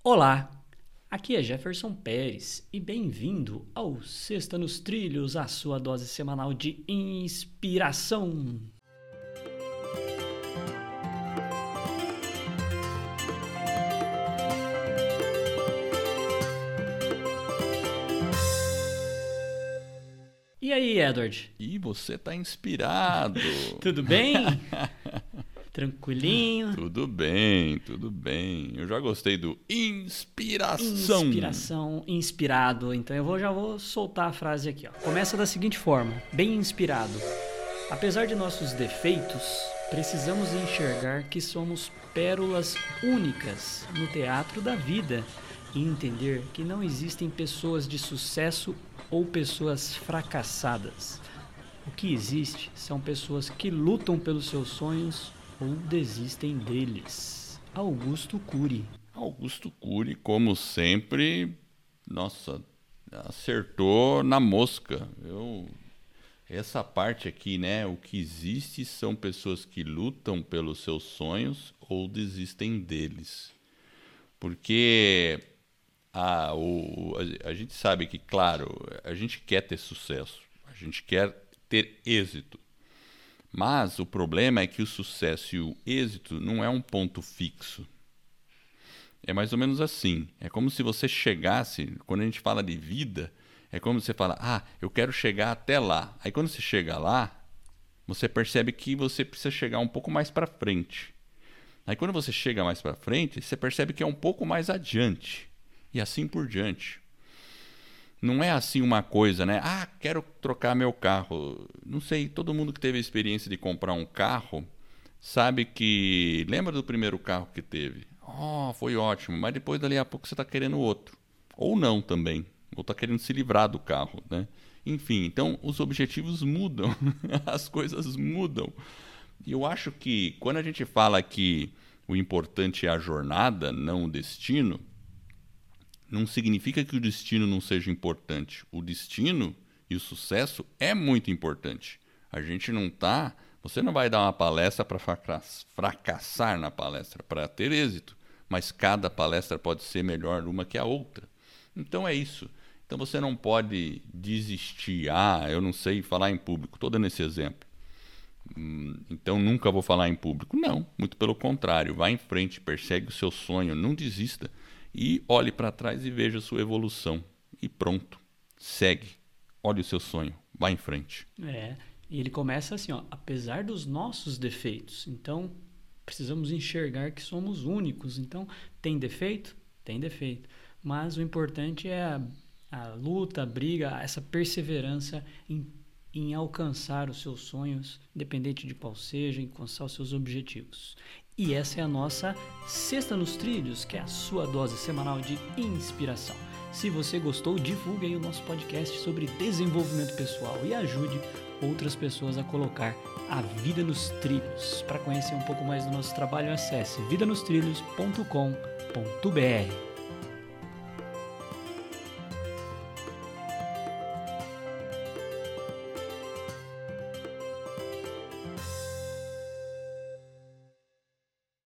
Olá, aqui é Jefferson Pérez e bem-vindo ao Sexta nos Trilhos, a sua dose semanal de inspiração. E aí, Edward? E você tá inspirado. Tudo bem? Tranquilinho? Tudo bem, tudo bem. Eu já gostei do inspiração. Inspiração, inspirado. Então eu já vou soltar a frase aqui. Começa da seguinte forma, bem inspirado. Apesar de nossos defeitos, precisamos enxergar que somos pérolas únicas no teatro da vida e entender que não existem pessoas de sucesso ou pessoas fracassadas. O que existe são pessoas que lutam pelos seus sonhos ou desistem deles. Augusto Cury. Augusto Cury, como sempre, nossa, acertou na mosca. Essa parte aqui, né? O que existe são pessoas que lutam pelos seus sonhos ou desistem deles. Porque a gente sabe que, claro, a gente quer ter sucesso, a gente quer ter êxito. Mas o problema é que o sucesso e o êxito não é um ponto fixo. É mais ou menos assim. É como se você chegasse, quando a gente fala de vida, é como se você fala, eu quero chegar até lá. Aí quando você chega lá, você percebe que você precisa chegar um pouco mais para frente. Aí quando você chega mais para frente, você percebe que é um pouco mais adiante. E assim por diante. Não é assim uma coisa, né? Quero trocar meu carro. Não sei, todo mundo que teve a experiência de comprar um carro sabe que... Lembra do primeiro carro que teve? Foi ótimo, mas depois dali a pouco você está querendo outro. Ou não também. Ou está querendo se livrar do carro, né? Enfim, então os objetivos mudam. As coisas mudam. E eu acho que quando a gente fala que o importante é a jornada, não o destino... Não significa que o destino não seja importante. O destino e o sucesso é muito importante. A gente não tá... Você não vai dar uma palestra para fracassar na palestra, para ter êxito. Mas cada palestra pode ser melhor uma que a outra. Então é isso. Então você não pode desistir. Eu não sei falar em público. Estou dando esse exemplo. Então nunca vou falar em público. Não, muito pelo contrário. Vá em frente, persegue o seu sonho, não desista. E olhe para trás e veja a sua evolução. E pronto. Segue. Olhe o seu sonho. Vá em frente. E ele começa assim, apesar dos nossos defeitos. Então, precisamos enxergar que somos únicos. Então, tem defeito? Tem defeito. Mas o importante é a luta, a briga, essa perseverança em alcançar os seus sonhos, independente de qual seja, em alcançar os seus objetivos. E essa é a nossa Sexta nos Trilhos, que é a sua dose semanal de inspiração. Se você gostou, divulgue aí o nosso podcast sobre desenvolvimento pessoal e ajude outras pessoas a colocar a vida nos trilhos. Para conhecer um pouco mais do nosso trabalho, acesse vidanostrilhos.com.br.